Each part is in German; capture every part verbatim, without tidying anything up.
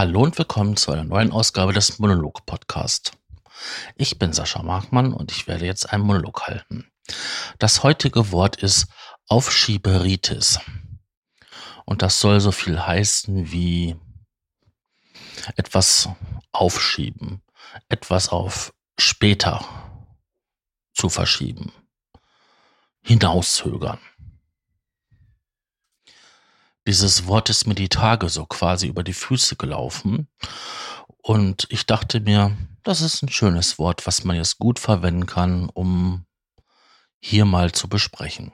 Hallo und willkommen zu einer neuen Ausgabe des Monolog-Podcast. Ich bin Sascha Markmann und ich werde jetzt einen Monolog halten. Das heutige Wort ist Aufschieberitis. Und das soll so viel heißen wie etwas aufschieben, etwas auf später zu verschieben, hinauszögern. Dieses Wort ist mir die Tage so quasi über die Füße gelaufen und ich dachte mir, das ist ein schönes Wort, was man jetzt gut verwenden kann, um hier mal zu besprechen.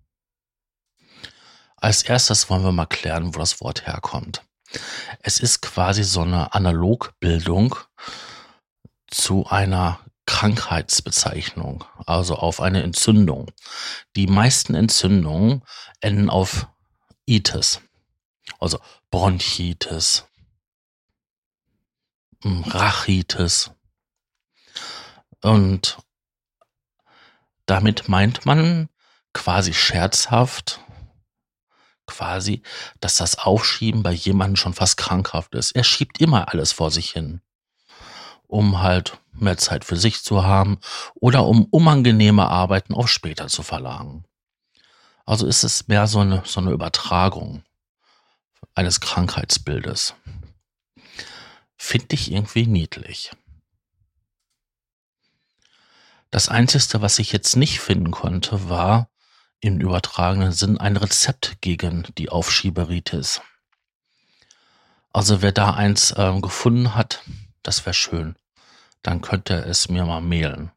Als erstes wollen wir mal klären, wo das Wort herkommt. Es ist quasi so eine Analogbildung zu einer Krankheitsbezeichnung, also auf eine Entzündung. Die meisten Entzündungen enden auf Itis, also Bronchitis, Rachitis. Und damit meint man quasi scherzhaft, quasi, dass das Aufschieben bei jemandem schon fast krankhaft ist. Er schiebt immer alles vor sich hin, um halt mehr Zeit für sich zu haben oder um unangenehme Arbeiten auf später zu verlagern. Also ist es mehr so eine, so eine Übertragung eines Krankheitsbildes. Finde ich irgendwie niedlich. Das Einzige, was ich jetzt nicht finden konnte, war im übertragenen Sinn ein Rezept gegen die Aufschieberitis. Also wer da eins äh, gefunden hat, das wäre schön. Dann könnte er es mir mal mailen.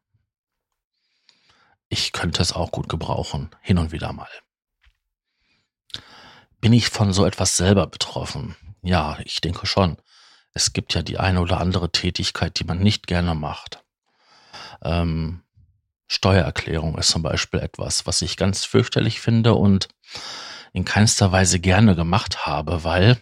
Ich könnte es auch gut gebrauchen, hin und wieder mal. Bin ich von so etwas selber betroffen? Ja, ich denke schon. Es gibt ja die eine oder andere Tätigkeit, die man nicht gerne macht. Ähm, Steuererklärung ist zum Beispiel etwas, was ich ganz fürchterlich finde und in keinster Weise gerne gemacht habe, weil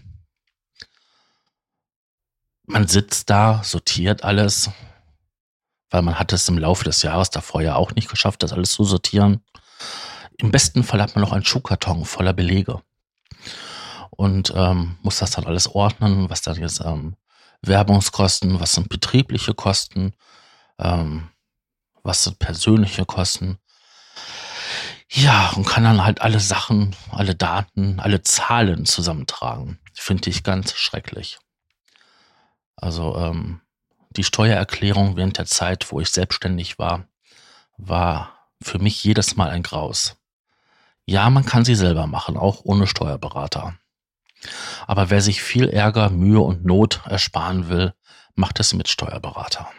man sitzt da, sortiert alles, weil man hat es im Laufe des Jahres davor ja auch nicht geschafft, das alles zu sortieren. Im besten Fall hat man noch einen Schuhkarton voller Belege und ähm, muss das dann alles ordnen, was dann jetzt ähm, Werbungskosten, was sind betriebliche Kosten, ähm, was sind persönliche Kosten. Ja, und kann dann halt alle Sachen, alle Daten, alle Zahlen zusammentragen. Finde ich ganz schrecklich. Also ähm, die Steuererklärung während der Zeit, wo ich selbstständig war, war für mich jedes Mal ein Graus. Ja, man kann sie selber machen, auch ohne Steuerberater. Aber wer sich viel Ärger, Mühe und Not ersparen will, macht es mit Steuerberater.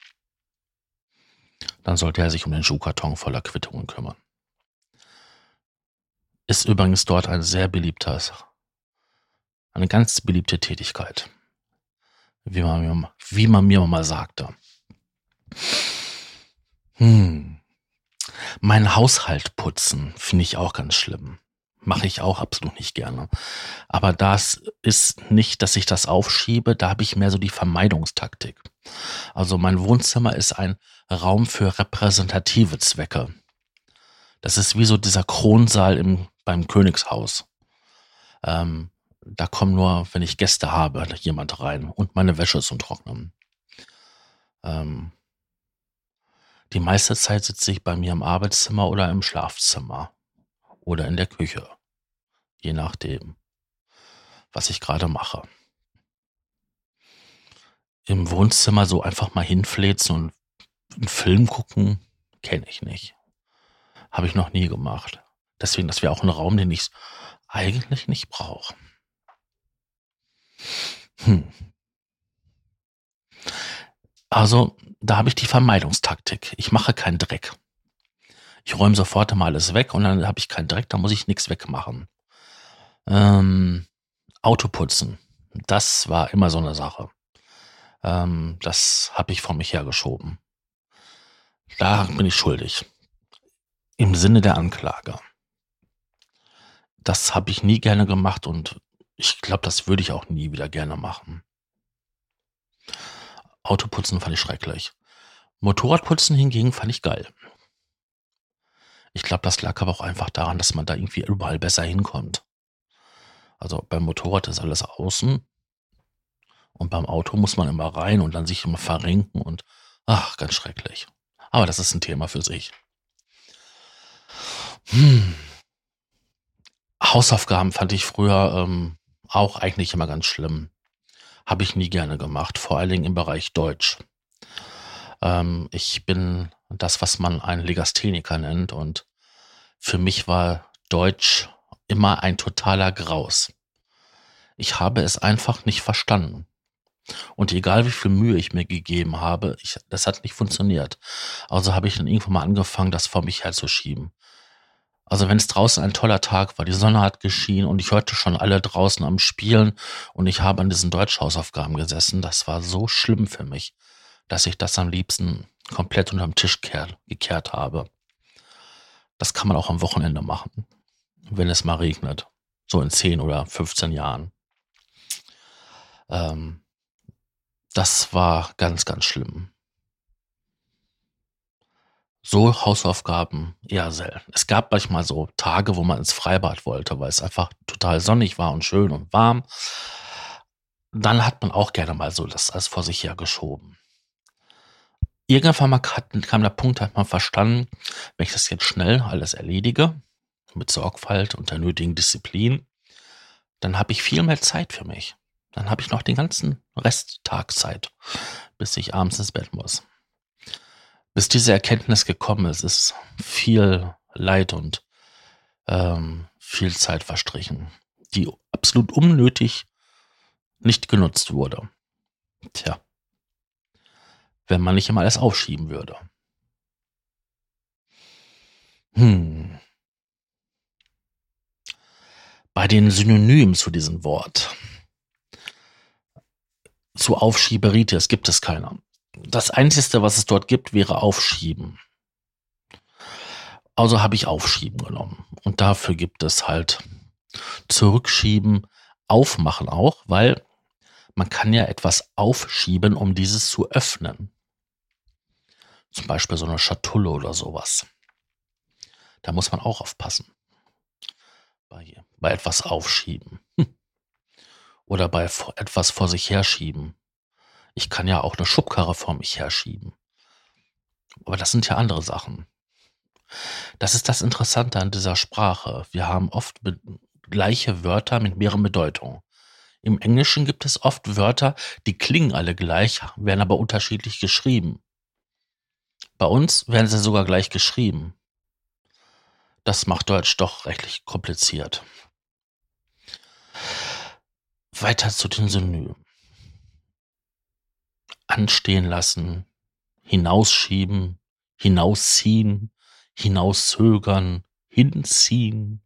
Dann sollte er sich um den Schuhkarton voller Quittungen kümmern. Ist übrigens dort ein sehr beliebter, eine ganz beliebte Tätigkeit, wie man mir, wie man mir mal sagte. Hm. Mein Haushalt putzen finde ich auch ganz schlimm. Mache ich auch absolut nicht gerne. Aber das ist nicht, dass ich das aufschiebe, da habe ich mehr so die Vermeidungstaktik. Also mein Wohnzimmer ist ein Raum für repräsentative Zwecke. Das ist wie so dieser Kronsaal im, beim Königshaus. Ähm, da kommen nur, wenn ich Gäste habe, jemand rein und meine Wäsche zum Trocknen. Ähm, die meiste Zeit sitze ich bei mir im Arbeitszimmer oder im Schlafzimmer oder in der Küche. Je nachdem, was ich gerade mache. Im Wohnzimmer so einfach mal hinfläzen und einen Film gucken, kenne ich nicht. Habe ich noch nie gemacht. Deswegen, das wäre auch ein Raum, den ich eigentlich nicht brauche. Hm. Also, da habe ich die Vermeidungstaktik. Ich mache keinen Dreck. Ich räume sofort mal alles weg und dann habe ich keinen Dreck, da muss ich nichts wegmachen. Ähm, Autoputzen, das war immer so eine Sache. Ähm, das habe ich vor mich hergeschoben. Da bin ich schuldig. Im Sinne der Anklage. Das habe ich nie gerne gemacht und ich glaube, das würde ich auch nie wieder gerne machen. Autoputzen fand ich schrecklich. Motorradputzen hingegen fand ich geil. Ich glaube, das lag aber auch einfach daran, dass man da irgendwie überall besser hinkommt. Also beim Motorrad ist alles außen Und beim Auto muss man immer rein und dann sich immer verrenken und ach, ganz schrecklich. Aber das ist ein Thema für sich. Hm. Hausaufgaben fand ich früher ähm, auch eigentlich immer ganz schlimm. Habe ich nie gerne gemacht, vor allen Dingen im Bereich Deutsch. Ähm, ich bin das, was man einen Legastheniker nennt, und für mich war Deutsch immer ein totaler Graus. Ich habe es einfach nicht verstanden. Und egal wie viel Mühe ich mir gegeben habe, ich, das hat nicht funktioniert. Also habe ich dann irgendwann mal angefangen, das vor mich herzuschieben. Also wenn es draußen ein toller Tag war, die Sonne hat geschienen und ich hörte schon alle draußen am Spielen und ich habe an diesen Deutschhausaufgaben gesessen, das war so schlimm für mich, dass ich das am liebsten komplett unterm Tisch kehrt, gekehrt habe. Das kann man auch am Wochenende machen, wenn es mal regnet. So in zehn oder fünfzehn Jahren. Ähm, das war ganz, ganz schlimm. So Hausaufgaben eher selten. Es gab manchmal so Tage, wo man ins Freibad wollte, weil es einfach total sonnig war und schön und warm. Dann hat man auch gerne mal so das alles vor sich hergeschoben. Irgendwann mal kam der Punkt, hat man verstanden, wenn ich das jetzt schnell alles erledige, mit Sorgfalt und der nötigen Disziplin, dann habe ich viel mehr Zeit für mich. Dann habe ich noch den ganzen Resttag Zeit, bis ich abends ins Bett muss. Bis diese Erkenntnis gekommen ist, ist viel Leid und ähm, viel Zeit verstrichen, die absolut unnötig nicht genutzt wurde. Tja, wenn man nicht immer alles aufschieben würde. Hm. Bei den Synonymen zu diesem Wort, zu Aufschieberitis, gibt es keiner. Das Einzige, was es dort gibt, wäre Aufschieben. Also habe ich Aufschieben genommen. Und dafür gibt es halt Zurückschieben, Aufmachen auch, weil man kann ja etwas aufschieben, um dieses zu öffnen. Zum Beispiel so eine Schatulle oder sowas. Da muss man auch aufpassen. Bei, bei etwas aufschieben. Oder bei etwas vor sich herschieben. Ich kann ja auch eine Schubkarre vor mich herschieben. Aber das sind ja andere Sachen. Das ist das Interessante an dieser Sprache. Wir haben oft be- gleiche Wörter mit mehreren Bedeutungen. Im Englischen gibt es oft Wörter, die klingen alle gleich, werden aber unterschiedlich geschrieben. Bei uns werden sie sogar gleich geschrieben. Das macht Deutsch doch rechtlich kompliziert. Weiter zu den Synonymen. Anstehen lassen, hinausschieben, hinausziehen, hinauszögern, hinziehen,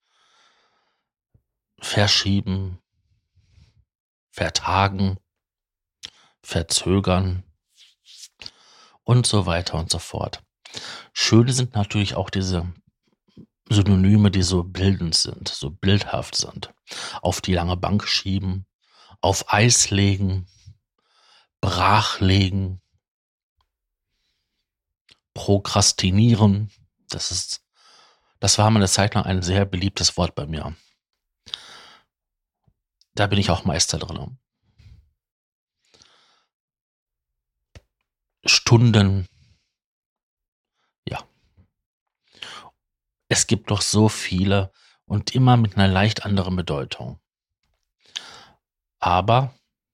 verschieben, vertagen, verzögern und so weiter und so fort. Schön sind natürlich auch diese Synonyme, die so bildend sind, so bildhaft sind. Auf die lange Bank schieben, auf Eis legen, brachlegen, prokrastinieren. Das ist, das war mal eine Zeit lang ein sehr beliebtes Wort bei mir. Da bin ich auch Meister drin. Stunden. Ja. Es gibt doch so viele und immer mit einer leicht anderen Bedeutung. Aber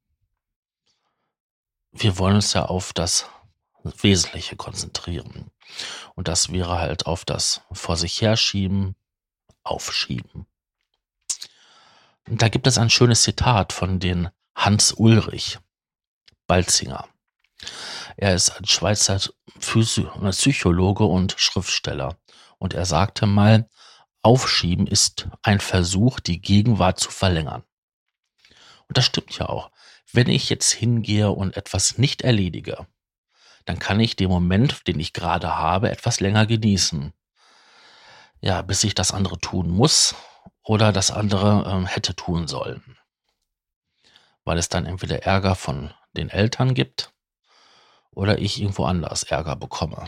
wir wollen uns ja auf das Wesentliche konzentrieren. Und das wäre halt auf das vor sich herschieben, aufschieben. Und da gibt es ein schönes Zitat von den Hans Ulrich Balzinger. Er ist ein Schweizer Physi- Psychologe und Schriftsteller. Und er sagte mal, Aufschieben ist ein Versuch, die Gegenwart zu verlängern. Und das stimmt ja auch. Wenn ich jetzt hingehe und etwas nicht erledige, dann kann ich den Moment, den ich gerade habe, etwas länger genießen. Ja, bis ich das andere tun muss oder das andere ähm, hätte tun sollen. Weil es dann entweder Ärger von den Eltern gibt oder ich irgendwo anders Ärger bekomme.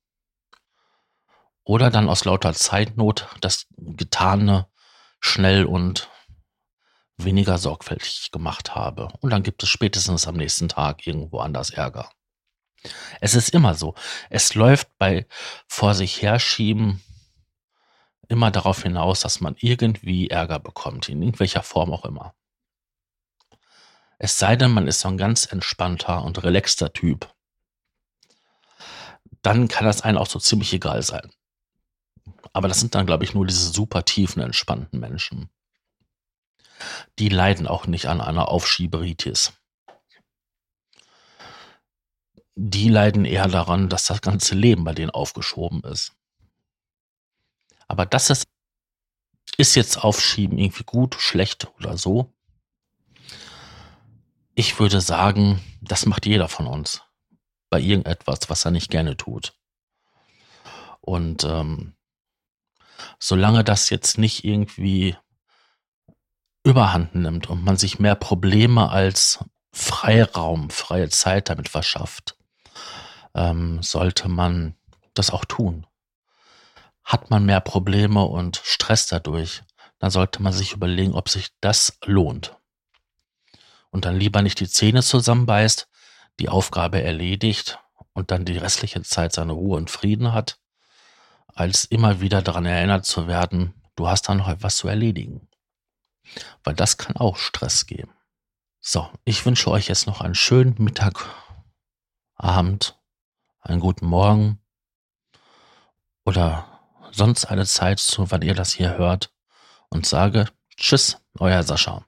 Oder dann aus lauter Zeitnot das Getane schnell und weniger sorgfältig gemacht habe. Und dann gibt es spätestens am nächsten Tag irgendwo anders Ärger. Es ist immer so. Es läuft bei vor sich herschieben immer darauf hinaus, dass man irgendwie Ärger bekommt, in irgendwelcher Form auch immer. Es sei denn, man ist so ein ganz entspannter und relaxter Typ. Dann kann das einem auch so ziemlich egal sein. Aber das sind dann, glaube ich, nur diese super tiefen, entspannten Menschen. Die leiden auch nicht an einer Aufschieberitis. Die leiden eher daran, dass das ganze Leben bei denen aufgeschoben ist. Aber das ist, ist jetzt Aufschieben irgendwie gut, schlecht oder so? Ich würde sagen, das macht jeder von uns bei irgendetwas, was er nicht gerne tut. Und ähm, solange das jetzt nicht irgendwie Überhand nimmt und man sich mehr Probleme als Freiraum, freie Zeit damit verschafft, ähm, sollte man das auch tun. Hat man mehr Probleme und Stress dadurch, dann sollte man sich überlegen, ob sich das lohnt. Und dann lieber nicht die Zähne zusammenbeißt, die Aufgabe erledigt und dann die restliche Zeit seine Ruhe und Frieden hat, als immer wieder daran erinnert zu werden, du hast dann noch was zu erledigen. Weil das kann auch Stress geben. So, ich wünsche euch jetzt noch einen schönen Mittag, Abend, einen guten Morgen oder sonst eine Zeit, zu wann ihr das hier hört und sage Tschüss, euer Sascha.